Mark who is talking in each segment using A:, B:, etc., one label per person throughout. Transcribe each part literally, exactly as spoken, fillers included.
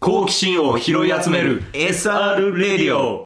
A: 好奇心を拾い集める エスアール レディオ。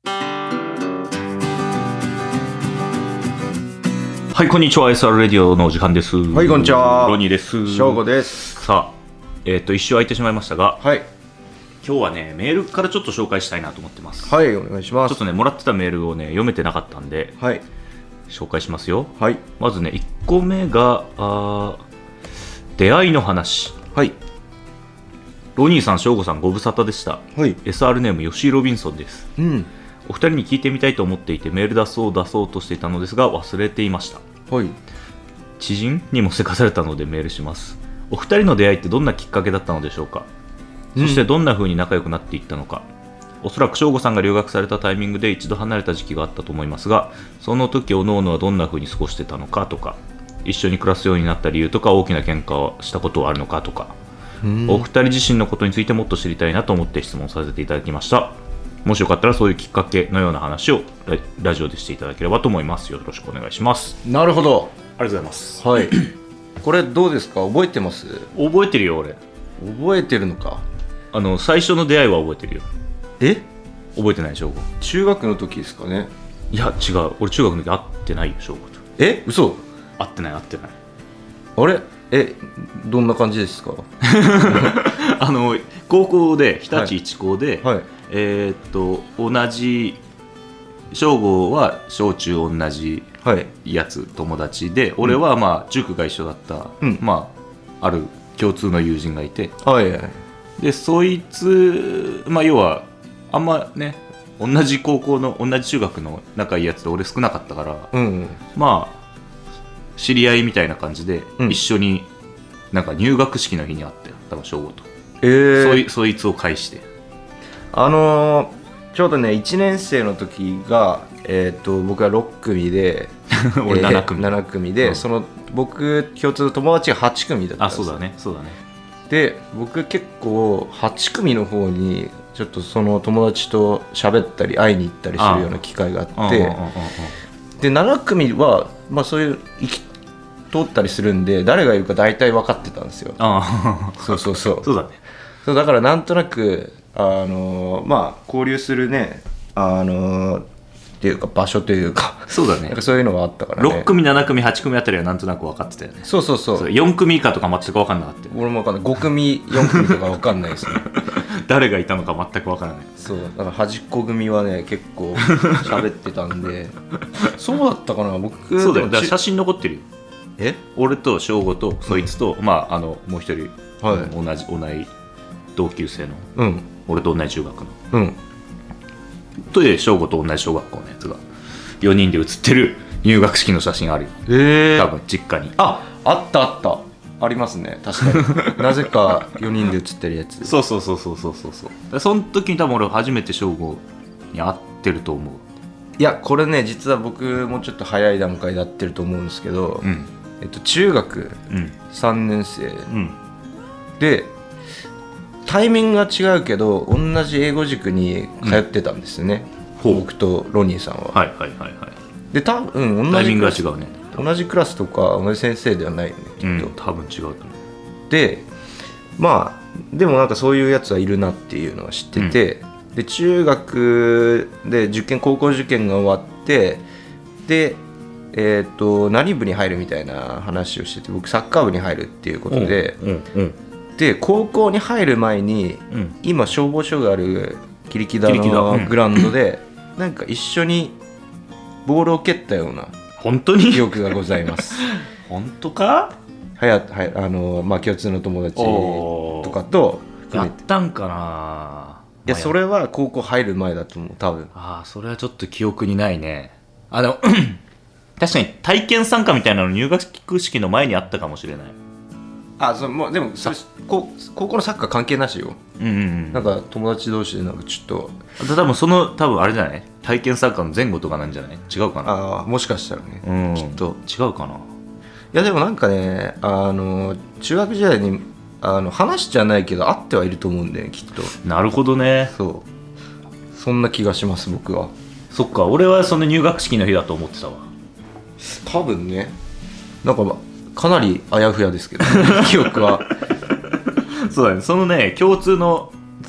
A: はい、こんにちは。 エスアール レディオのお時間です。
B: はい、こんにちは。
A: ロニーです。
B: 翔吾です。
A: さあ、えっ、ー、と一周空いてしまいましたが、
B: はい、
A: 今日はねメールからちょっと紹介したいなと思ってます。
B: はい、お願いします。
A: ちょっとねもらってたメールをね読めてなかったんで、
B: はい、
A: 紹介しますよ。
B: はい、
A: まずねいっこめがあ出会いの話。
B: はい、
A: ロニーさん、翔吾さん、ご無沙汰でした。
B: はい、
A: エスアール ネーム吉井ロビンソンです。
B: うん、
A: お二人に聞いてみたいと思っていてメール出そう出そうとしていたのですが忘れていました。
B: はい、
A: 知人にもせかされたのでメールします。お二人の出会いってどんなきっかけだったのでしょうか。そしてどんな風に仲良くなっていったのか。おそらく翔吾さんが留学されたタイミングで一度離れた時期があったと思いますが、その時おのおのはどんな風に過ごしてたのかとか、一緒に暮らすようになった理由とか、大きな喧嘩をしたことはあるのかとか、お二人自身のことについてもっと知りたいなと思って質問させていただきました。もしよかったらそういうきっかけのような話を ラ, ラジオでしていただければと思います。よろしくお願いします。
B: なるほど、
A: ありがとうございます。
B: はいこれどうですか、覚えてます？
A: 覚えてるよ。俺
B: 覚えてるのか。
A: あの最初の出会いは覚えてるよ。
B: え、
A: 覚えてない？翔吾
B: 中学の時ですかね。
A: いや違う、俺中学の時会ってないよ。翔吾と
B: え、嘘。
A: 会ってない会ってない。
B: あれ、え、どんな感じですか？
A: あの高校で日立一高で、
B: はいはい、
A: えー、っと同じ翔吾は小中同じやつ、はい、友達で、俺はまあ塾が一緒だった、うん、まあある共通の友人がいて、
B: はいはい、で
A: そいつ、まあ要はあんまね同じ高校の同じ中学の仲いいやつで俺少なかったから、うんうん、まあ知り合いみたいな感じで一緒になんか入学式の日に会って、多分翔吾と、えー、そい、そいつを介して
B: あのーちょうどねいちねん生の時が、えー、と僕はろっくみで
A: 俺ななくみ、
B: えー、ななくみで、うん、その僕共通の友達がはちくみだったんです。
A: あ、そうだねそうだね。で
B: 僕結構はちくみの方にちょっとその友達と喋ったり会いに行ったりするような機会があって、でななくみは、まあ、そういう行き通ったりするんで誰がいるか大体分かってたんですよ。あそうそうそう
A: そうだね。
B: そうだからなんとなくあのまあ交流するねあのっていうか場所というか、
A: そうだね、
B: なんかそういうのがあったからね。
A: ろっくみななくみはちくみあたりはなんとなく分かってたよね。
B: そうそうそう。
A: よんくみ以下とか全く分かんなかったよ。
B: 俺も分かんない。ごくみよんくみとか分かんないですね。
A: 誰がいたのか全く分からない。
B: そうだから端っこ組はね結構喋ってたんでそうだったかな。僕
A: そうだよ、だから写真残ってるよ。
B: え、
A: 俺と翔吾とそいつと、うん、まああのもう一人、はい、同じ同じ同級生の、うん、俺と同じ中学の、うん、とで翔吾と同じ小学校のやつがよにんで写ってる入学式の写真あるよ。えー、多分実家に。
B: あ、あったあったありますね、確かに。なぜかよにんで写ってるやつ。
A: そうそうそうそうそうそうそう。その時に多分俺初めて翔吾に会ってると思う。
B: いやこれね実は僕もうちょっと早い段階で会ってると思うんですけど、うん、えっと、中学さんねん生、うん、でタイミングが違うけど同じ英語塾に通ってたんですよね、うん、僕とロニーさんは。はいはいはいはい。で多分同じ
A: タイミングが違うね。
B: 同じクラスとか同じ先生ではないよねきっと、うん、
A: 多分違うと思う。
B: でまあでもなんかそういうやつはいるなっていうのは知ってて、うん、で中学で受験高校受験が終わってでえー、と何部に入るみたいな話をしてて、僕サッカー部に入るっていうことで、うんうんうん、で高校に入る前に、うん、今消防署があるキリキダのグラウンドで、うん、なんか一緒にボールを蹴ったような
A: 本当に
B: 記憶がございます。
A: 本当か？
B: はやはやあの、まあ、共通の友達とかと
A: やったんかな。
B: いやそれは高校入る前だと思う多分。
A: ああ、それはちょっと記憶にないね。あの確かに体験参加みたいなの入学式の前にあったかもしれない。
B: あ、そもうでもそれ高校のサッカー関係なしよ、うんうんうん、なんか友達同士でなんかちょっと
A: 多分その多分あれじゃない、体験参加の前後とかなんじゃない？違うかな。
B: ああ、もしかしたらね、うん、きっと
A: 違うかな。い
B: やでもなんかね、あの中学時代にあの話じゃないけど会ってはいると思うんだよねきっと。
A: なるほどね。
B: そうそんな気がします僕は。
A: そっか、俺はその入学式の日だと思ってたわ。
B: 多分ね、なんかかなりあやふやですけど、ね、記憶は。
A: そうだね、そのね共通の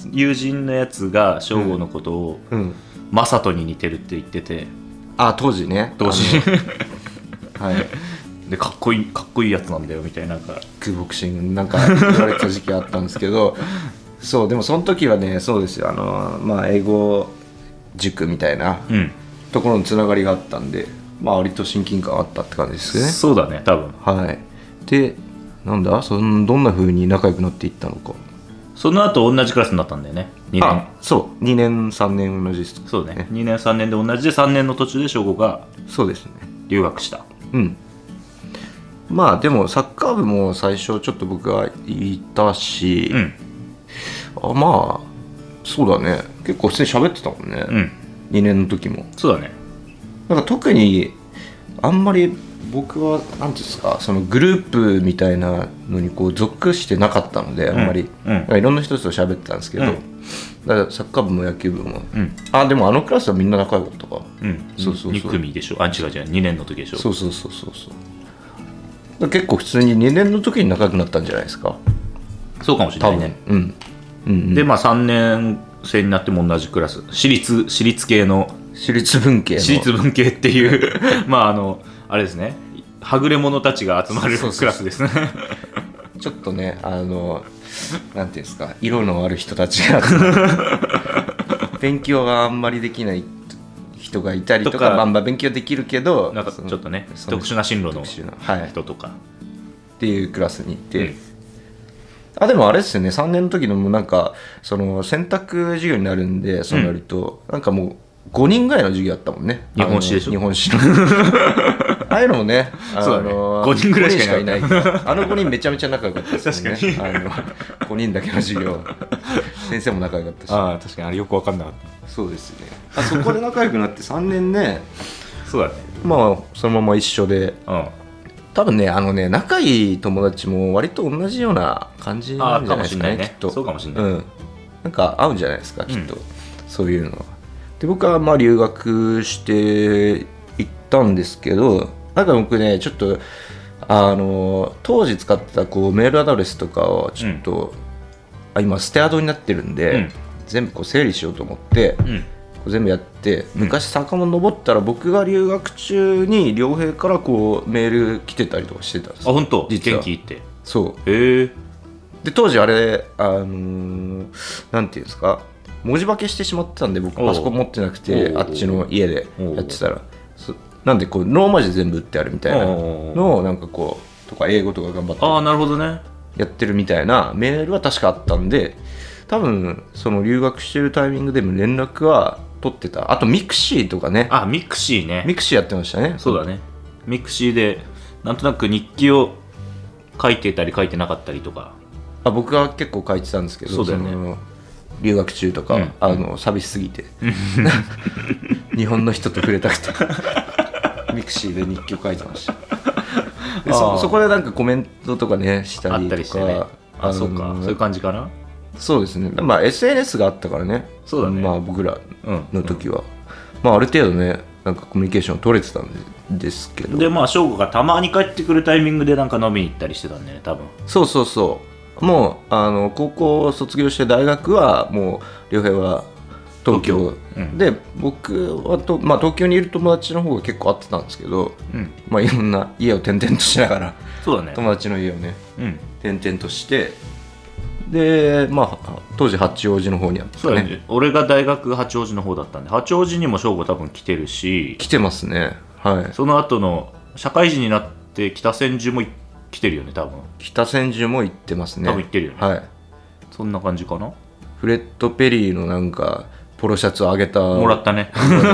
A: 友人のやつが省吾のことを、
B: うん、
A: マサトに似てるって言ってて、
B: あ当時ね
A: 当時
B: はい
A: でかっこいいかっこいいやつなんだよみたいな、なんか
B: クーボクシングなんか言われてた時期あったんですけどそうでもその時はねそうですよ、あのまあ英語塾みたいな
A: うん
B: ところのつながりがあったんで、まあ割と親近感あったって感じですね。
A: そうだね多分。
B: はいでなんだそのどんな風に仲良くなっていったのか。
A: その後同じクラスになったんだよね、にねん。
B: あそうにねんさんねん同じです、
A: そうね、にねんさんねんで同じでさんねんの途中で省吾が
B: そうですね
A: 留学した。
B: うんまあでもサッカー部も最初ちょっと僕はいたし、
A: うん、
B: あまあそうだね結構普通に喋ってたもんね、
A: うん、
B: にねんの時も。
A: そうだね。
B: なんか特にあんまり僕は何ていうんですか、そのグループみたいなのにこう属してなかったので、あんまり、
A: うん
B: うん、いろんな人と喋ってたんですけど、
A: うん、
B: だからサッカー部も野球部も、
A: うん、
B: あでもあのクラスはみんな仲良かったか。
A: うん、
B: そうそうそう
A: に組でしょ。あ違う違うにねんの時でしょ。
B: そうそうそうそうそうだ結構普通ににねんの時に仲良くなったんじゃないですか。
A: そうかもしれないね。
B: 多分、うんうんうん、
A: でまあさんねん生になっても同じクラス、私立私立系の
B: 私立文系の
A: 私立文系っていうまああのあれですね、はぐれ者たちが集まる
B: そうそうそう
A: クラスですね
B: ちょっとねあのなんていうんですか、色のある人たちが集まる勉強があんまりできない人がいたりとか、
A: とか
B: まあまあ勉強できるけど
A: なんかちょっとね
B: その
A: 特殊な進路の
B: 特殊なはい
A: 人とか、
B: っていうクラスにいて、
A: うん、
B: あでもあれですよね、さんねんの時のもなんかその選択授業になるんで、そうなると、うん、なんかもうごにんぐらいの授業あったもんね。
A: 日本史でしょ。
B: 日本史のああいうのもね、あの
A: そうだねごにんぐらいしかいない
B: ごにんしかいないあのごにんめちゃめちゃ仲良かったですよね。
A: 確かに
B: あのごにんだけの授業先生も仲良かったし。
A: ああ確かにあれよく分かんなかった。
B: そうですね。あそこで仲良くなってさんねんね
A: そうだね。
B: まあそのまま一緒で、
A: うん、
B: 多分ねあのね仲いい友達も割と同じような感じなんじゃないですかね。
A: ね
B: きっと
A: そうかもしれない、
B: うん、なんか合うんじゃないですかきっと、うん、そういうのは。で僕はまあ留学して行ったんですけど、なんか僕ねちょっとあの当時使ってたこうメールアドレスとかをちょっと、うん、あ今ステアドになってるんで、うん、全部こう整理しようと思って、うん、こう全部やって、昔遡ったら僕が留学中に良平からこうメール来てたりとかしてたんですよ。
A: あ本当？
B: 実は
A: 元気って。
B: そう
A: へえ。
B: で当時あれあのー、なんていうんですか、文字化けしてしまってたんで、僕パソコン持ってなくてあっちの家でやってたら、なんでこうローマ字で全部打ってあるみたいなのをなんかこうとか英語とか頑張って
A: ああなるほどね
B: やってるみたいなメールは確かあったんで、多分その留学してるタイミングでも連絡は取ってた。あとミクシーとかね。
A: あミクシーね。
B: ミクシーやってましたね。
A: そうだね。ミクシーでなんとなく日記を書いてたり書いてなかったりとか。
B: あ僕は結構書いてたんですけど、
A: そうだよね、
B: その留学中とか、うん、あの寂しすぎて日本の人と触れたくてミクシーで日記を書いてました。で そ, そこでなんかコメントとかねしたりとか、あったりしてね。
A: ああそうか、そういう感じかな。
B: そうですね。まあ エスエヌエス があったからね。
A: そうだね。
B: まあ僕らの時は、うんうん、まあある程度ねなんかコミュニケーション取れてたんですけど。
A: でまあ翔吾がたまに帰ってくるタイミングでなんか飲みに行ったりしてたんだよね多分。
B: そうそうそう。もうあの高校を卒業して大学はもう良平は東京、東京、うん、で僕はと、まあ、東京にいる友達の方が結構会ってたんですけど、うん、まあ、いろんな家を転々としながら
A: そうだね、
B: 友達の家をね、うん、転々としてで、まあ、当時八王子の方にあった、ね、
A: そうだね。俺が大学八王子の方だったんで八王子にも翔吾多分来てるし
B: 来てますね。はい。
A: その後の社会人になって北千住も行って来てるよね多分。
B: 北千住も行ってますね。
A: 多分行ってるよね。
B: はい。
A: そんな感じかな。
B: フレッド・ペリーのなんかポロシャツをあげた
A: もらったね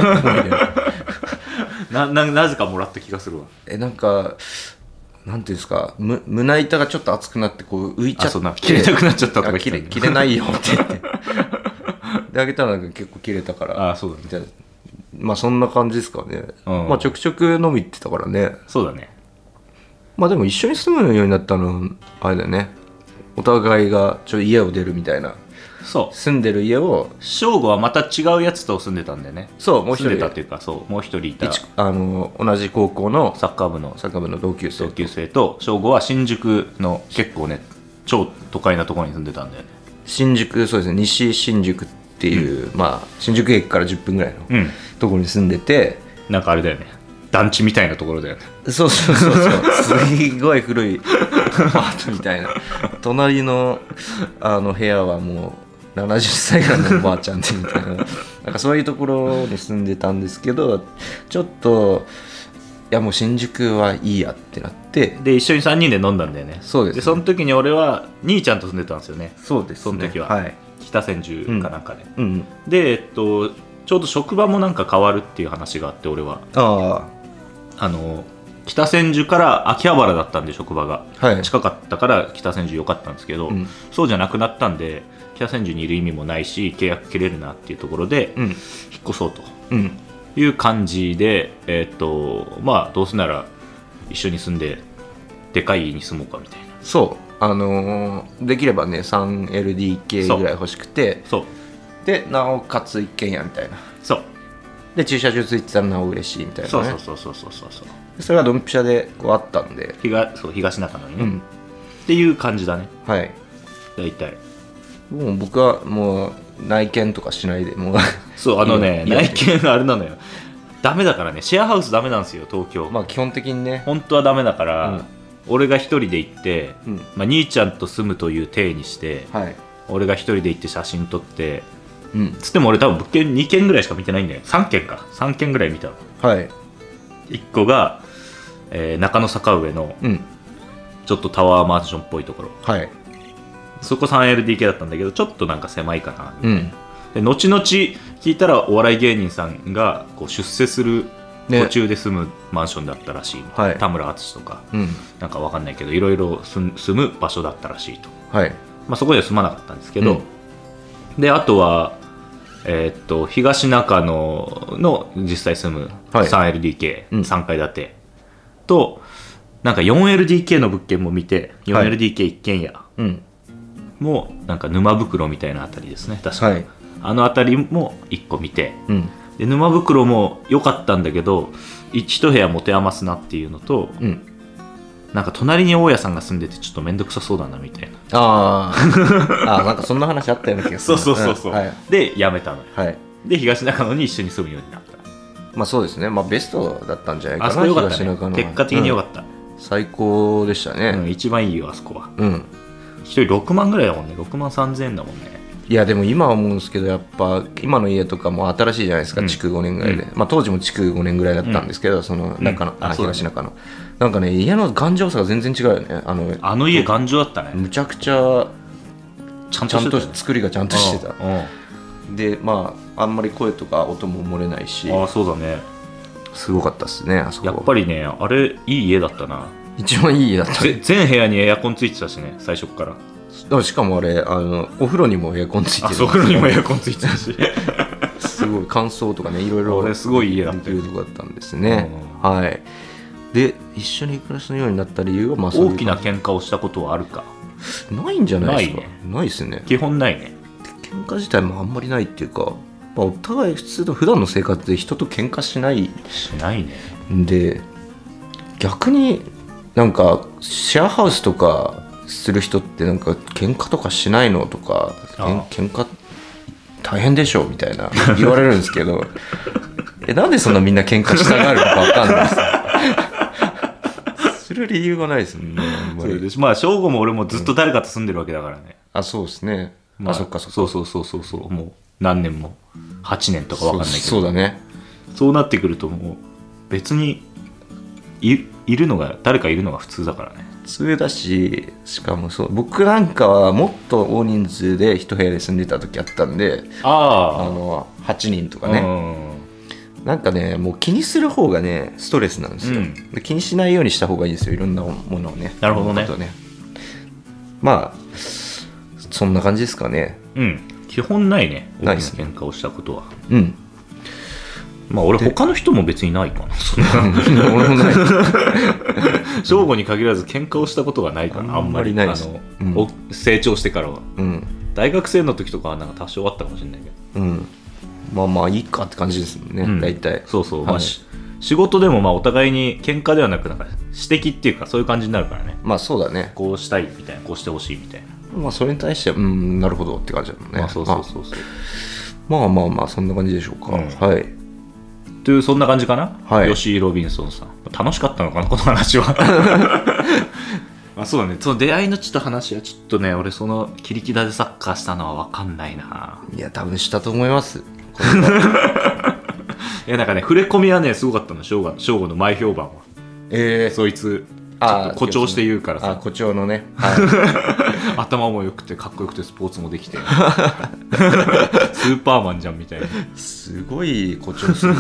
A: な, な, なぜかもらった気がするわ。
B: えなんかなんていうんですか、む胸板がちょっと熱くなってこう浮いちゃって、
A: そうな切れなくなっちゃったとか言って
B: 切れ切れないよって言ってであげたらなんか結構切れたから
A: あそうだね。
B: みたいな、まあそんな感じですかね、うん、まあちょくちょく飲み行ってたからね。
A: そうだね。
B: まあでも一緒に住むようになったのはあれだよね、お互いがちょっと家を出るみたいな。
A: そう
B: 住んでる家を
A: 翔吾はまた違うやつと住んでたんでね。
B: そうもう一人
A: 住んでたっていうかそうもう一人いた
B: あの同じ高校の
A: サッカー部の
B: サッカー部の同級生
A: 同級生と翔吾は新宿の結構ね超都会なところに住んでたんだよね。
B: 新宿、そうですね、西新宿っていう、うん、まあ新宿駅からじゅっぷんぐらいのところに住んでて、
A: うん、なんかあれだよね、団地みたいなところだよね。
B: そうそうそうそうすごい古いアパートみたいな。隣のあの部屋はもうななじゅっさいぐらいのおばあちゃんでみたいななんかそういうところに住んでたんですけど、ちょっといやもう新宿はいいやってなって、
A: で一緒にさんにんで飲んだんだよね。
B: そうです、ね、
A: でその時に俺は兄ちゃんと住んでたんですよね。
B: そうです、ね、
A: その時は、
B: はい、
A: 北千住かなんかで、
B: うんうん、
A: で、えっと、ちょうど職場もなんか変わるっていう話があって、俺は
B: あ
A: あの北千住から秋葉原だったんで職場が、はい、近かったから北千住良かったんですけど、うん、そうじゃなくなったんで北千住にいる意味もないし契約切れるなっていうところで、うん、引っ越そうという感じで、えー、っとまあどうせなら一緒に住んででかい家に住もうかみたいな。
B: そうあのー、できればね スリーエルディーケー ぐらい欲しくて、
A: そう
B: でなおかつ一軒家みたいな。
A: そう
B: で駐車場ついてたらなお嬉しいみたいな、ね、
A: そうそうそうそうそうそう
B: それがドンピシャでこうあったんで、
A: 東、そう東中野にね、うん、っていう感じだね。
B: はい
A: 大体
B: もう僕はもう内見とかしないでもう
A: そうあのね内見あれなのよ、ダメだからね、シェアハウスダメなんですよ東京。
B: まあ基本的にね
A: 本当はダメだから、うん、俺が一人で行って、うんまあ、兄ちゃんと住むという体にして、はい、俺が一人で行って写真撮って、うん、つっても俺多分物件にけんぐらいしか見てないんだよ。さんけんかさんけんぐらい見たの。はい。いっこが、えー、中野坂上の、うん、ちょっとタワーマンションっぽいところ、はい、そこ スリーエルディーケー だったんだけどちょっとなんか狭いかなみたいな、うん、で後々聞いたらお笑い芸人さんがこう出世する途中で住むマンションだったらしい、ね、田村淳とか、うん、なんかわかんないけどいろいろ住む場所だったらしいと、はいまあ、そこでは住まなかったんですけど、うん、であとは、えー、っと東中野の実際住む スリーエルディーケー、はい、さんかい建てとなんか よんエルディーケー の物件も見て よんエルディーケー 一軒家もなんか沼袋みたいなあたりですね確か、はい、あのあたりもいっこ見て、うん、で沼袋も良かったんだけど一部屋持て余すなっていうのと、うん、なんか隣に大家さんが住んでてちょっと面倒くさそうだなみたいな
B: ああなんかそんな話あったような気がする
A: そうそうそうそう、うんはい、で辞めたのよ、はい、で東中野に一緒に住むようになった。
B: まあそうですね、まあ、ベストだったんじゃないかな。
A: あそこ良かったね、結果的に良かった、うん、
B: 最高でしたね、
A: うん、一番いいよあそこは。うんひとりろくまんぐらいだもんね。ろくまんさんぜんえんだもんね。
B: いやでも今は思うんですけどやっぱ今の家とかも新しいじゃないですか、うん、築ごねんぐらいで、うんまあ、当時も築ごねんぐらいだったんですけど、うん、その中の、うん、あ東中野なんかね家の頑丈さが全然違うよね。あの
A: あの家頑丈だったね。
B: むちゃくちゃ
A: ちゃんとしてた、ね、
B: ちゃんと作りがちゃんとしてた。でまああんまり声とか音も漏れないし。
A: あそうだね
B: すごかったっすねあそこ。
A: やっぱりねあれいい家だったな。
B: 一番いい家だった、
A: ね、全部屋にエアコンついてたしね最初から。
B: しかもあれあのお風呂にもエアコンついてる。
A: あそうお風呂にもエアコンついてたし
B: すごい乾燥とかねいろいろ
A: あれすごい家だった
B: いうとこだったんですね、うん、はいで一緒に暮らすようになった理由は、まあ、そういう
A: 大きな喧嘩をしたことはあるか。
B: ないんじゃないですか。
A: ないね。
B: ないですね
A: 基本ないね。
B: 喧嘩自体もあんまりないっていうか、まあ、お互い普通の普段の生活で人と喧嘩しない
A: しないね。
B: で逆になんかシェアハウスとかする人ってなんか喧嘩とかしないのとか喧嘩大変でしょみたいな言われるんですけどえなんでそんなみんな喧嘩したがるのか分かんないですする理由がないですもんね。
A: まあ翔吾も俺もずっと誰かと住んでるわけだからね、うん、
B: あそうですね、
A: まあ、あそっかそっかそうそうそうそうそうもう何年もはちねんとか分かんないけど
B: そう、そうだね。
A: そうなってくるともう別に い, いるのが誰かいるのが普通だからね。
B: 普通だししかもそう僕なんかはもっと大人数で一部屋で住んでた時あったんでああのはちにんとかねなんかねもう気にする方がねストレスなんですよ、うん、で気にしないようにした方がいいですよいろんなものをね。
A: なるほど ね,
B: ねまあそんな感じですかね。
A: うん基本ないね大きな喧嘩をしたことは。うんまあ俺他の人も別にないかな俺もない正吾に限らず喧嘩をしたことがないかなあんまりないです。あの、うん、成長してからは、うん、大学生の時とかはなんか多少あったかもしれないけど、うん、
B: まあまあいいかって感じですもんね、うん、大体
A: そうそう、はいまあ、仕事でもまあお互いに喧嘩ではなくなんか指摘っていうかそういう感じになるからね。
B: まあそうだね
A: こうしたいみたいなこうしてほしいみたいな
B: まあそれに対してはうんなるほどって感じだもんね。
A: まあそうそうそうそう、
B: まあまあまあそんな感じでしょうか、
A: うん、
B: はい
A: というそんな感じかな、
B: はい、
A: 吉井ロビンソンさん楽しかったのかなこの話はあそうだね、その出会いのちょっと話はちょっとね俺その切り札でサッカーしたのは分かんないな。
B: いや多分したと思います
A: いやなんかね触れ込みはねすごかったの、正吾の前評判は。
B: えー、
A: そいつちょっと誇張して言うからさ、
B: あ誇張のね、は
A: い、頭も良くてかっこよくてスポーツもできてスーパーマンじゃんみたいな、
B: すごい誇張する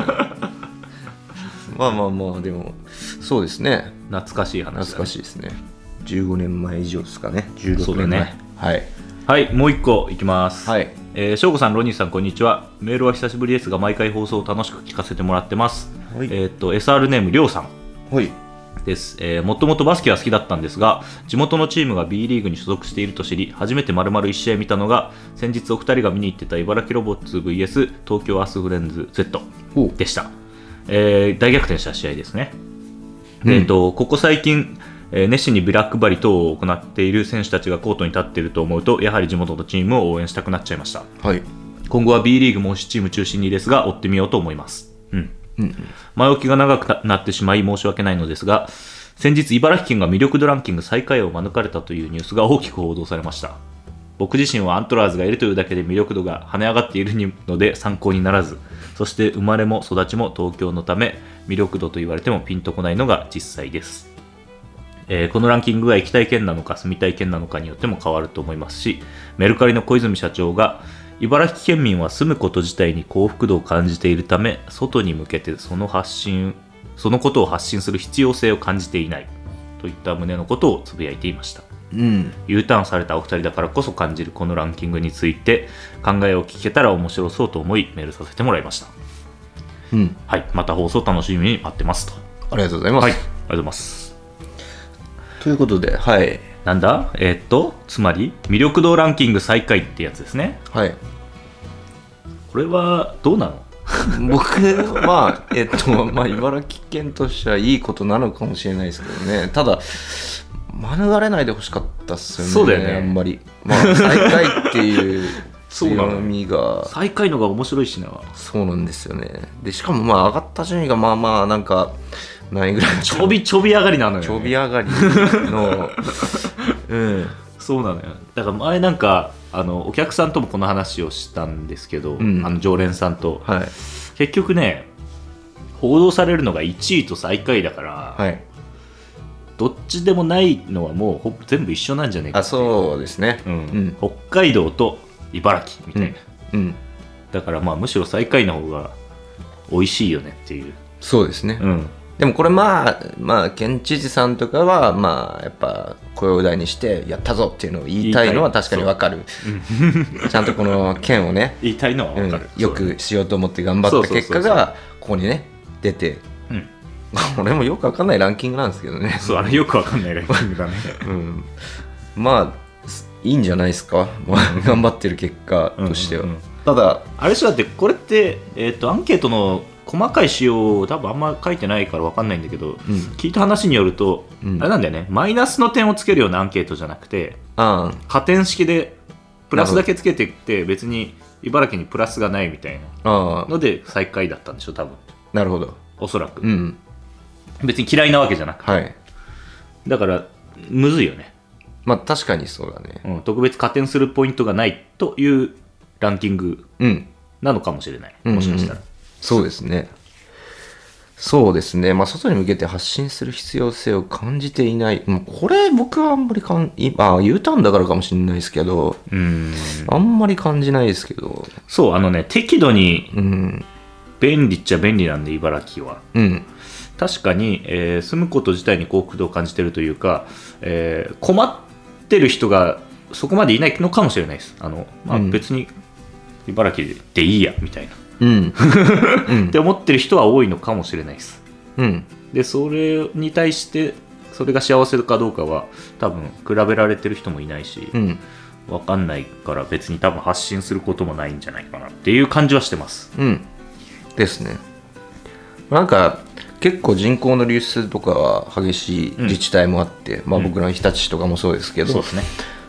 B: まあまあまあでもそうですね、
A: 懐かしい話だね。
B: 懐かしいですね。じゅうごねんまえ以上ですかね。じゅうろくねんまえ。
A: そうだね。
B: はい。
A: はい、もう一個いきます。
B: はい。
A: えー、しょうごさん、ロニーさん、こんにちは。メールは久しぶりですが、毎回放送を楽しく聞かせてもらってます。
B: はい。
A: えっと、エスアール ネーム、りょうさん。
B: はい。
A: です。えー、もともとバスケは好きだったんですが、地元のチームが B リーグに所属していると知り、初めて丸々いち試合見たのが、先日お二人が見に行ってた茨城ロボッツ ブイエス 東京アスフレンズ Z でした。えー、大逆転した試合ですね。うん、えーと、ここ最近、えー、熱心にビラ配り等を行っている選手たちがコートに立っていると思うと、やはり地元のチームを応援したくなっちゃいました。
B: はい、
A: 今後は B リーグも推しチーム中心にですが、追ってみようと思います。うんうん、前置きが長くなってしまい申し訳ないのですが、先日茨城県が魅力度ランキング最下位を免れたというニュースが大きく報道されました。僕自身はアントラーズがいるというだけで魅力度が跳ね上がっているので参考にならず、そして生まれも育ちも東京のため魅力度と言われてもピンとこないのが実際です。えー、このランキングが行きたい県なのか住みたい県なのかによっても変わると思いますし、メルカリの小泉社長が茨城県民は住むこと自体に幸福度を感じているため、外に向けてその発信そのことを発信する必要性を感じていないといった旨のことをつぶやいていました。うん、U ターンされたお二人だからこそ感じるこのランキングについて考えを聞けたら面白そうと思いメールさせてもらいました。うん、はい、また放送楽しみに待ってますと。
B: ありがとうございます。
A: はい、ありがとうございます。
B: ということで、はい、
A: なんだえー、っとつまり魅力度ランキング最下位ってやつですね。
B: はい。
A: これはどうなの？
B: 僕まあえっとまあ茨城県としてはいいことなのかもしれないですけどね。ただ免れないでほしかったっすよね。
A: そうだよね。
B: あんまりまあ最下位っていう強みが
A: 最下位のが面白いしな。
B: そうなんですよね。でしかもまあ上がった順位がまあまあなんか何位ぐらい
A: ちょびちょび上がりなのよ、ね、
B: ちょび上がりのうん
A: そうなのよ。だから前なんかあのお客さんともこの話をしたんですけど、うん、あの常連さんと、はい、結局ね報道されるのがいちいと最下位だから、はい、どっちでもないのはもうほ全部一緒なんじゃねえかって。
B: あそうですね、
A: うんうん、北海道と茨城みたいな、うんうん、だからまあむしろ最下位の方が美味しいよねっていう。
B: そうですね、うん、でもこれまあまあ県知事さんとかはまあやっぱ声を大にしてやったぞっていうのを言いたいのは確かに分かる。ちゃんとこの県をね
A: 言いたいのは分かる、
B: うん、よくしようと思って頑張った結果がここにね出て、うん、俺もよく分かんないランキングなんですけどね。
A: そうあれよく分かんないランキングだね、
B: うん、まあいいんじゃないですか、まあ、頑張ってる結果としては。うんうんうん、ただ
A: あれしだってこれって、えーと、アンケートの細かい仕様を多分あんま書いてないから分かんないんだけど、うん、聞いた話によると、うん、あれなんだよね、マイナスの点をつけるようなアンケートじゃなくて、あ加点式でプラスだけつけていって別に茨城にプラスがないみたいなので最下位だったんでしょ多分。
B: なるほど。
A: おそらく、うん、別に嫌いなわけじゃなくて、はい、だからむずいよね。
B: まあ確かにそうだね、
A: うん、特別加点するポイントがないというランキングなのかもしれない、うん、もしかしたら、うんうん、
B: そうですねそうですねまあ外に向けて発信する必要性を感じていない、まあ、これ僕はあんまりかんあ U ターンだからかもしれないですけど、うん、あんまり感じないですけど。
A: そうあのね適度に便利っちゃ便利なんで茨城は、うん、確かに、えー、住むこと自体に幸福度を感じてるというか、えー、困ってる人がそこまでいないのかもしれないです。あの、まあ、別に茨城でいいやみたいな、うんうん、って思ってる人は多いのかもしれないです、うん、でそれに対してそれが幸せかどうかは多分比べられてる人もいないし、うん、分かんないから別に多分発信することもないんじゃないかなっていう感じはしてます、うん
B: ですね。なんか結構人口の流出とかは激しい自治体もあって、うんまあ、僕らの日立市とかもそうですけど、うん、そうですね、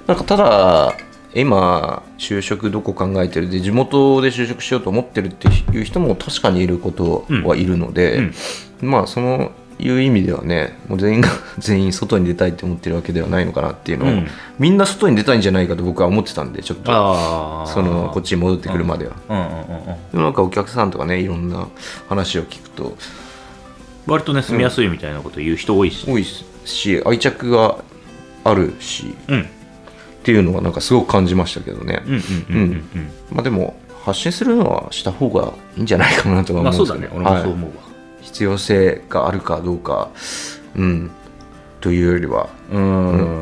B: なんかただ今就職どこ考えてるで地元で就職しようと思ってるっていう人も確かにいることはいるので、うんうん、まあそのいう意味ではねもう全員が全員外に出たいって思ってるわけではないのかなっていうのを、うん、みんな外に出たいんじゃないかと僕は思ってたんでちょっとそのこっちに戻ってくるまでは、うんうんうんうん、でもなんかお客さんとかねいろんな話を聞くと
A: 割とね住みやすいみたいなこと言う人多いし、
B: ね、多いし愛着があるし、うん、っていうのはなんかすごく感じましたけどね。まあでも発信するのはした方がいいんじゃないかなとは思うんですけど、ね、
A: まあそうだね、俺もそう思うわ、はい、
B: 必要性があるかどうか、うん、というよりはうん、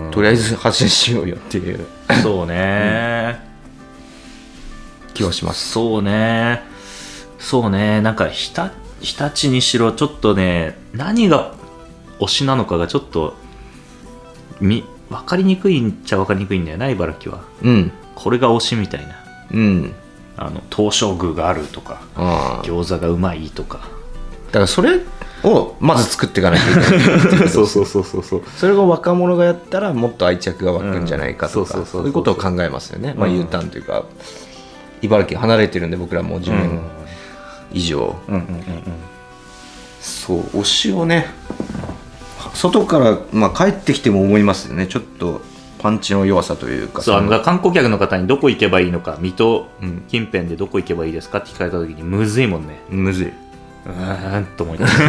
B: うん、とりあえず発信しようよっていう
A: そうね、
B: うん、気はします。
A: そうねそうねなんか日立、日立にしろちょっとね何が推しなのかがちょっとみ分かりにくいんちゃ分かりにくいんだよな茨城は、うん、これが推しみたいな、うん、あの東照宮があるとか餃子がうまいとか
B: だからそれをまず作っていかなきゃいけない
A: そうそうそうそうそう
B: それが若者がやったらもっと愛着が湧くんじゃないかとかそういうことを考えますよね、まあ、U ターンというか茨城離れてるんで僕らもうじゅうねん以上、うんうんうんうん、そう推しをね外から、まあ、帰ってきても思いますよねちょっとパンチの弱さというか
A: そうあの観光客の方にどこ行けばいいのか水戸近辺でどこ行けばいいですかって聞かれた時にむずいもんね
B: むずいう
A: ーんと思いながら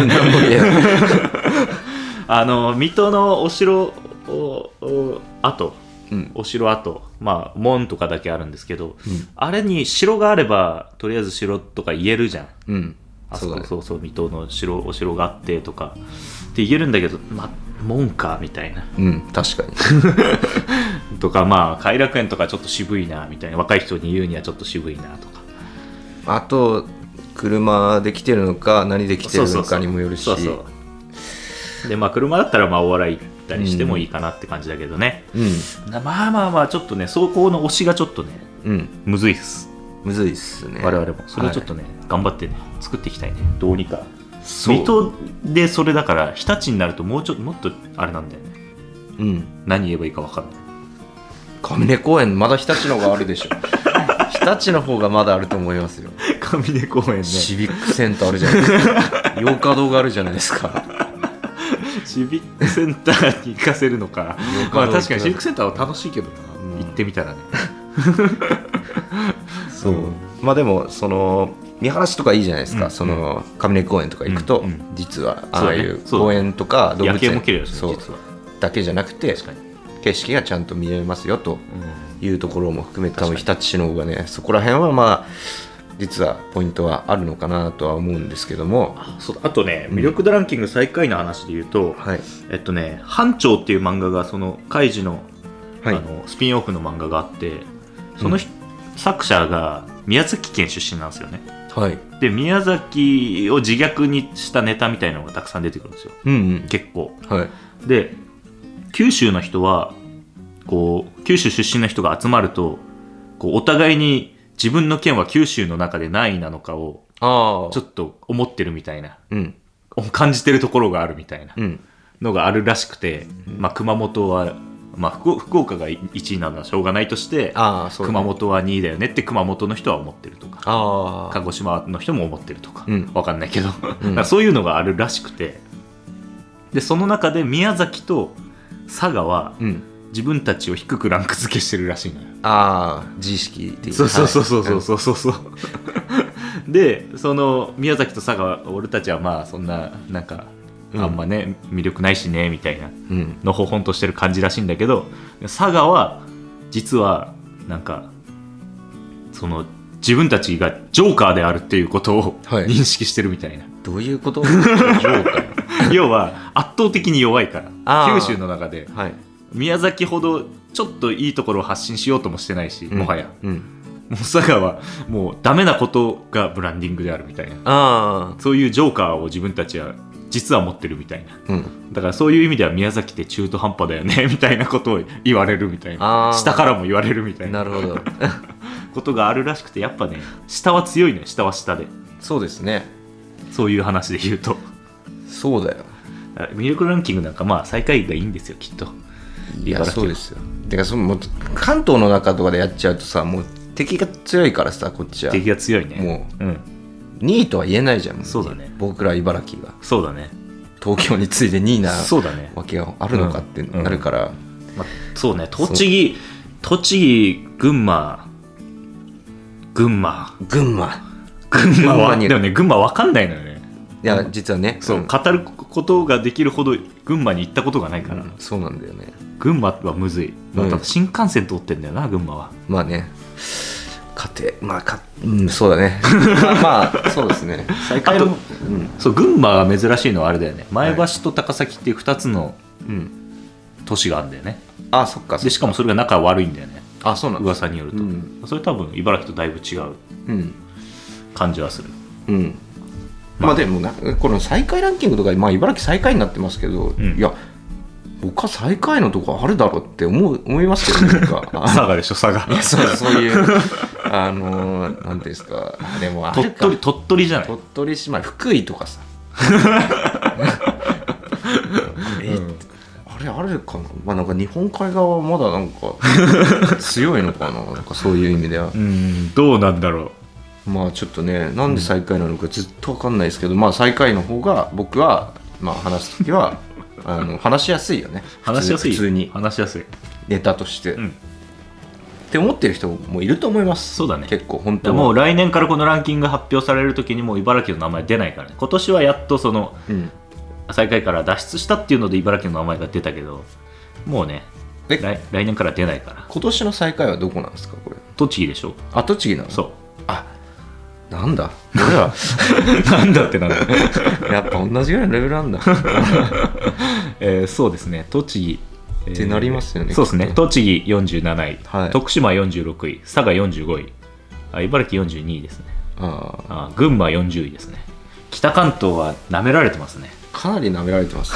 A: あの水戸のお城跡、うん、お城跡まあ門とかだけあるんですけど、うん、あれに城があればとりあえず城とか言えるじゃん、うん、あそこそうそうそう水戸の城お城があってとかって言えるんだけどまあ門かみたいな
B: うん確か
A: にとかまあ偕楽園とかちょっと渋いなみたいな若い人に言うにはちょっと渋いなとか
B: あと車で来てるのか何で来てるのかにもよるしそうそう
A: そうでまあ車だったらまあお笑い行ったりしてもいいかなって感じだけどね、うん、まあまあまあちょっとねそこの推しがちょっとね、うん、むずいっす
B: むずいっすね
A: 我々もそれをちょっとね、はい、頑張ってね作っていきたいねどうにか水戸でそれだから日立になるともうちょっともっとあれなんだよねうん何言えばいいか分かんない
B: 上根公園まだ日立の方があるでしょ日立の方がまだあると思いますよ
A: 上根公園ね
B: シビックセンターあるじゃないですか洋華堂があるじゃないですか
A: シビックセンターに行かせるのかまあ確かにシビックセンターは楽しいけどな、うん、行ってみたらね
B: そう、うん、まあでもその見晴らしとかいいじゃないですか、うん、その上根公園とか行くと、うんうん、実はああいう公園とか動物園、
A: 夜景も綺麗ですね実は
B: だけじゃなくて景色がちゃんと見えますよというところも含めて多分日立市の方がねそこら辺はまあ実はポイントはあるのかなとは思うんですけども
A: あ, そうあとね魅力度ランキング最下位の話で言うと、うんはい、えっとね班長っていう漫画がそのカイジ の,、はい、あのスピンオフの漫画があってその、うん、作者が宮崎県出身なんですよねはい、で宮崎を自虐にしたネタみたいなのがたくさん出てくるんですよ、うんうん、結構、はい、で九州の人はこう九州出身の人が集まるとこうお互いに自分の県は九州の中で何位なのかをちょっと思ってるみたいな、うん、感じてるところがあるみたいなのがあるらしくて、うんまあ、熊本はまあ、福, 福岡がいちいなのはしょうがないとしてあそう、ね、熊本はにいだよねって熊本の人は思ってるとかあ鹿児島の人も思ってるとか、うん、分かんないけど、うん、そういうのがあるらしくてでその中で宮崎と佐賀は、うん、自分たちを低くランク付けしてるらしいのよ
B: ああ自意識的
A: そうそうそうそうそうそうそう、はい、でその宮崎と佐賀は俺たちはまあそんななんかあんまね、うん、魅力ないしねみたいなのほほんとしてる感じらしいんだけど佐賀は実はなんかその自分たちがジョーカーであるっていうことを認識してるみたいな、はい、
B: どういうことジョーカ
A: ー要は圧倒的に弱いから九州の中で、はい、宮崎ほどちょっといいところを発信しようともしてないし、うん、もはや、うん、もう佐賀はもうダメなことがブランディングであるみたいなあそういうジョーカーを自分たちは実は持ってるみたいな、うん、だからそういう意味では宮崎って中途半端だよねみたいなことを言われるみたいな下からも言われるみたいな、なるほどことがあるらしくてやっぱね下は強いね下は下で
B: そうですね
A: そういう話で言うと
B: そうだよ
A: 魅力ランキングなんかまあ最下位がいいんですよきっと
B: いや
A: 茨城
B: そうですよ。てかそのもう関東の中とかでやっちゃうとさ、もう敵が強いからさ、こっちは
A: 敵が強いね。
B: もう、
A: うん、
B: にいとは言えないじゃん。
A: そうだね。
B: 僕ら茨城が
A: そうだね。
B: 東京に次いでにいな
A: そうだね。
B: わけがあるのかってなるから、
A: うんうんまあ、そうね。栃木栃木群馬群馬
B: 群馬
A: 群馬は
B: 群馬に
A: でもね、群馬わかんないのよね。
B: いや実はね、
A: そう、
B: ん
A: 語ることができるほど群馬に行ったことがないから、
B: うんそうなんだよね。
A: 群馬はむずい、まあ
B: うん
A: ただ新幹線通ってんだよな、群馬は。
B: まあね、家庭まあかうんそうだねまあ、まあそうですね。再開の
A: あと
B: うん
A: そう、群馬が珍しいのはあれだよね、前橋と高崎っていうふたつの
B: うん
A: 都市があるんだよね。
B: あそっかそっ
A: でしかもそれが仲悪いんだよね、
B: あそうなんだ。
A: 噂によると、
B: うん
A: それ多分茨城とだいぶ違う
B: うん
A: 感じはする。
B: うん
A: まあ
B: まあでもなこの最下位ランキングとか、まあ、茨城最下位になってますけど、
A: うん
B: いや僕は最下位のとこあるだろうって思う思いますけどね。僕はあ
A: 佐賀でしょ、佐賀。
B: いやそうそういうあのー、なんていうんですか、あでもあ
A: 鳥
B: るか
A: 取鳥取じゃない。
B: 鳥取島福井とかさえ、
A: うん
B: あれあれかな、まあ、なんか日本海側はまだなんか強いのかな、なんかそういう意味では。
A: うんどうなんだろ
B: まあちょっとね、なんで最下位なのかずっと分かんないですけど、まあ最下位の方が僕は、まあ、話すときはあの話しやすいよね。
A: う。話しやすい
B: 普通に
A: 話しやすい。
B: ネタとして、
A: うん
B: って思ってる人もいると思います。
A: そうだね。
B: 結構本
A: で
B: 当は
A: もう来年からこのランキングが発表されるときにもう茨城の名前出ないからね。今年はやっとその
B: うん、
A: 最下位から脱出したっていうので茨城の名前が出たけど、もうね
B: え
A: 来来年から出ないから。
B: 今年の最下位はどこなんですかこれ。
A: 栃木でしょ。
B: あ栃木なの。
A: そ
B: あなんだ俺ら
A: う。なんだってなんだ。
B: やっぱ同じぐらいのレベルなんだ
A: えーそうですね、栃木、えー
B: ってなりますよね
A: そうですね、
B: きっと
A: 栃木よんじゅうなない、
B: はい
A: 徳島よんじゅうろくい、佐賀よんじゅうごい、あ茨城よんじゅうにいですね。
B: ああ
A: あ群馬よんじゅういですね。北関東は舐められてますね。
B: かなり舐められてます、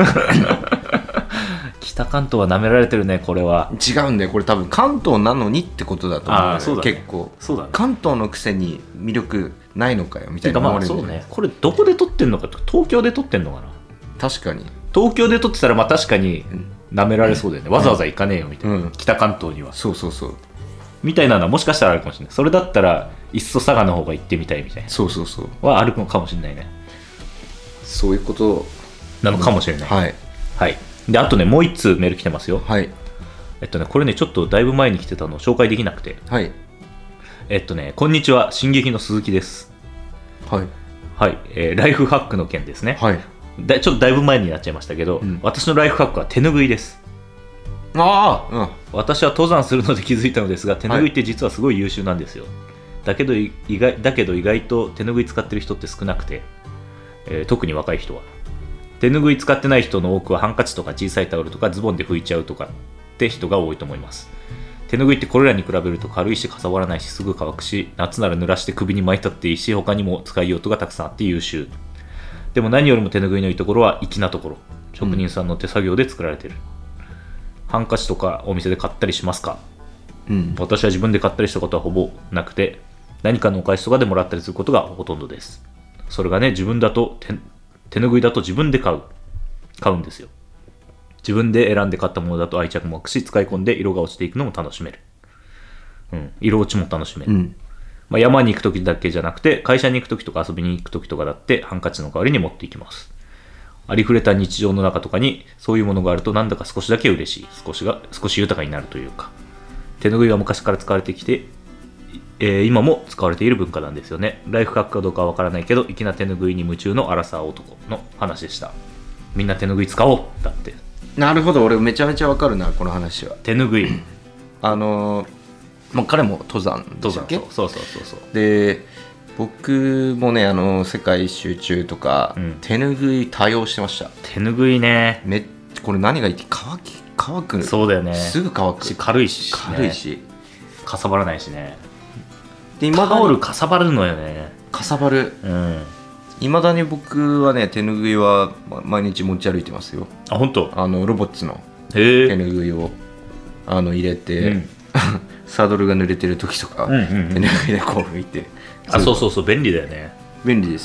A: 北関東は舐められてるね、これは。
B: 違うんだよこれ多分関東なのにってことだと思うんだよ
A: あーそうだね
B: 結構
A: そうだね。
B: 関東のくせに魅力ないのかよみた
A: てかま
B: いな思われる
A: あそうね、これどこで撮ってんのかと、東京で撮ってんのかな。
B: 確かに、
A: 東京で撮ってたらまあ確かに
B: うん
A: 舐められそうだよね、わざわざ行かねえよみたいな、
B: うん
A: 北関東には
B: そうそうそう
A: みたいなのはもしかしたらあるかもしれない。それだったらいっそ佐賀の方が行ってみたいみたいな
B: そうそうそう
A: はあるのかもしれないね。
B: そういうこと
A: なのかもしれない、
B: はい
A: はい。であとね、もう一通メール来てますよ。
B: はい
A: えっとねこれねちょっとだいぶ前に来てたのを紹介できなくて、
B: はい
A: えっとねこんにちは、進撃の鈴木です。
B: はい
A: はい、えーライフハックの件ですね。
B: はい
A: だちょっとだいぶ前になっちゃいましたけど、
B: うん
A: 私のライフハックは手拭いです。
B: ああ
A: 私は登山するので気づいたのですが、手拭いって実はすごい優秀なんですよ。だけど意外だけど意外と手拭い使ってる人って少なくて、えー特に若い人は。手拭い使ってない人の多くはハンカチとか小さいタオルとかズボンで拭いちゃうとかって人が多いと思います。手拭いってこれらに比べると軽いしかさばらないしすぐ乾くし、夏なら濡らして首に巻いたっていいし、他にも使い用途がたくさんあって優秀。でも何よりも手拭いのいいところは粋なところ。職人さんの手作業で作られている。ハンカチとかお店で買ったりしますか？
B: うん
A: 私は自分で買ったりしたことはほぼなくて、何かのお返しとかでもらったりすることがほとんどです。それがね、自分だと 手, 手拭いだと自分で買う買うんですよ。自分で選んで買ったものだと愛着も湧くし、使い込んで色が落ちていくのも楽しめる。うん、色落ちも楽しめる。
B: うん
A: まあ、山に行くときだけじゃなくて、会社に行くときとか遊びに行くときとかだってハンカチの代わりに持っていきます。ありふれた日常の中とかにそういうものがあるとなんだか少しだけ嬉しい、少しが少し豊かになるというか、手拭いは昔から使われてきて、えー今も使われている文化なんですよね。ライフハックかどうかはわからないけど、粋な手拭いに夢中のアラサー男の話でした。みんな手拭い使おう。だって
B: なるほど俺めちゃめちゃわかるなこの話は。
A: 手拭い
B: あのーまあ、彼も登山で
A: どうぞ。
B: したっけ。
A: そうそうそうそう。
B: で僕もねあの世界一周中とか、
A: うん
B: 手拭い多用してました。
A: 手拭いね。
B: めこれ何がいいって乾き乾く
A: そうだよね。
B: すぐ乾く
A: し軽いし、ね、
B: 軽いし
A: かさばらないしね。
B: で今
A: タオルかさばるのよね。
B: かさばる。
A: うん。
B: いまだに僕はね手拭いはま毎日持ち歩いてますよ。
A: あ、本当。
B: あのロボッツの
A: へえ。
B: 手拭いをあの入れて、
A: うん
B: サドルが濡れてる時とか、
A: うんうんうん
B: 手拭いでこう拭いて。
A: あ、そうそうそう、便利だよね。
B: 便利です。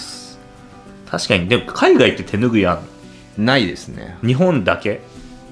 A: 確かに。でも海外って手拭いあんの？
B: ないですね。
A: 日本だけ？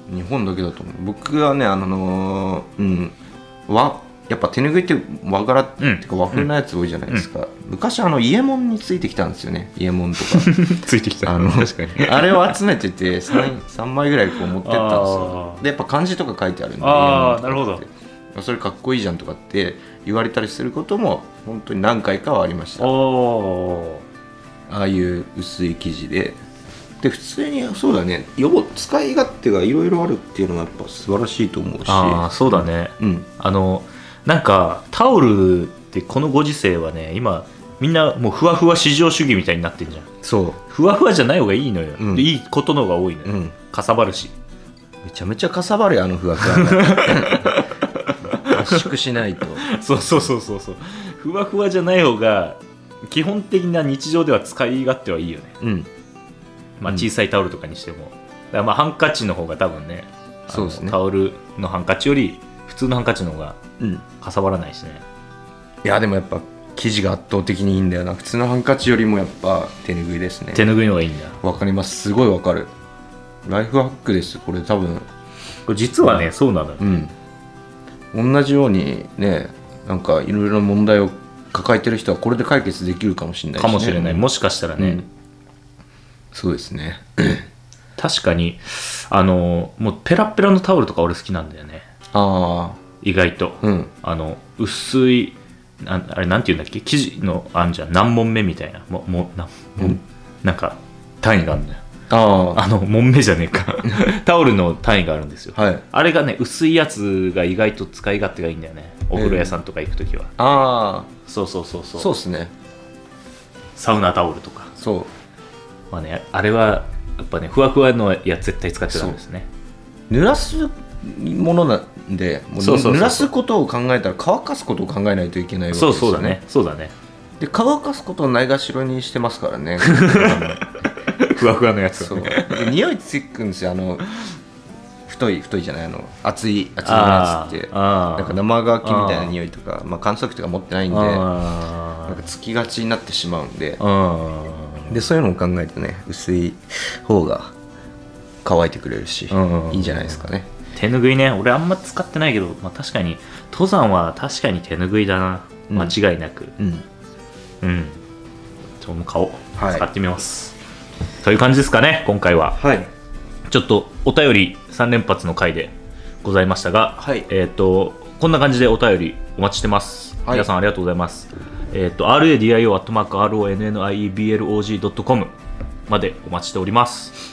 B: 日本だけだと思う。僕はねあのー、うん和やっぱ手ぬぐいって和柄っていうか和風なやつ多いじゃないですか、うんうん、昔あの伊右衛門についてきたんですよね。伊右衛門とか
A: ついてきた
B: あの
A: 確かに
B: あれを集めてて 3, さんまいぐらいこう持ってったんですよ。でやっぱ漢字とか書いてあるんで、
A: ああなるほど、
B: それかっこいいじゃんとかって言われたりすることも本当に何回かはありました。
A: お
B: ああいう薄い生地でで普通にそうだね、よぼ使い勝手がいろいろあるっていうのがやっぱ素晴らしいと思うし。
A: ああそうだね、うん、あのなんかタオルってこのご時世はね今みんなもうふわふわ至上主義みたいになってんじゃん。
B: そう
A: ふわふわじゃない方がいいのよ、
B: うん、
A: いいことの方が多いのよ、うん、かさばるし
B: めちゃめちゃかさばるよあのふわふわ圧縮しないと
A: そうそうそうそうそうふわふわじゃない方が基本的な日常では使い勝手はいいよね、うんまあ、小さいタオルとかにしても、だからまあハンカチの方が多分ね、
B: そうですね、
A: タオルのハンカチより普通のハンカチの方がかさばらないしね、
B: うん、いやでもやっぱ生地が圧倒的にいいんだよな。普通のハンカチよりもやっぱ手ぬぐいですね。
A: 手ぬぐいの方がいいんだ。
B: わかります、すごいわかる。ライフハックですこれ多分。
A: これ実はね、うん、そうなのよ、
B: うん、同じようにねなんかいろいろ問題を抱えてる人はこれで解決できるかもしれないし、ね、
A: かもしれない、もしかしたらね、うん、
B: そうですね
A: 確かにあのもうペラペラのタオルとか俺好きなんだよね。
B: ああ
A: 意外と、うん、あの薄いなあれなんていうんだっけ生地のあんじゃん何問目みたいなももな、うん、なんか単位があるんだよ。ああの問目じゃねえかタオルの単位があるんですよ、はい、あれがね薄いやつが意外と使い勝手がいいんだよね。お風呂屋さんとか行くときは、えー、ああそうそうそうそう
B: そうですね。
A: サウナタオルとか
B: そう
A: まあねあれはやっぱねふわふわのやつ絶対使っちゃダメですね。
B: 濡らすものなんでもうそうそうそうそう濡らすことを考えたら乾かすことを考えないといけないわけですよね。
A: そうそうだねそうだね。
B: で乾かすことをないがしろにしてますからね
A: ふわふわのやつ
B: そうで匂いつくんですよ。あの太い太いじゃないあの熱い熱いのやつってなんか生乾きみたいな匂いとかまあ、乾燥機とか持ってないんでなんかつきがちになってしまうんででそういうのを考えてね薄い方が乾いてくれるしいいんじゃないですかね。
A: 手ぬぐいね俺あんま使ってないけど、まあ、確かに登山は確かに手ぬぐいだな間違いなくうんうん、ちょっと買おう、はい、使ってみますという感じですかね今回は。はいちょっとお便りさん連発の回でございましたが、はいえー、とこんな感じでお便りお待ちしてます、はい、皆さんありがとうございます、えー、と アールエーディーアイオー アットマーク アールオーエヌエヌアイイービーエルオージー ドットコム までお待ちしております。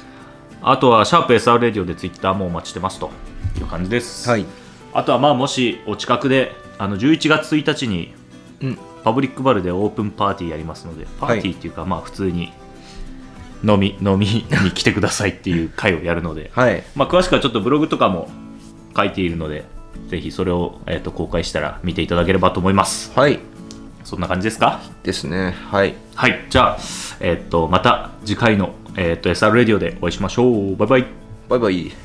A: あとはシャープ エスアール ラディオでツイッターもお待ちしてますという感じです、はい、あとはまあもしお近くであのじゅういちがつついたちに、うん、パブリックバルでオープンパーティーやりますのでパーティーっていうか、はい、まあ普通に飲み飲みに来てくださいっていう会をやるので、はいまあ、詳しくはちょっとブログとかも書いているのでぜひそれを、えー、と公開したら見ていただければと思います。はいそんな感じですか
B: ですね。はい
A: はいじゃあ、えー、とまた次回の、えー、と エスアール ラディオでお会いしましょう。バイバイ
B: バイバイ。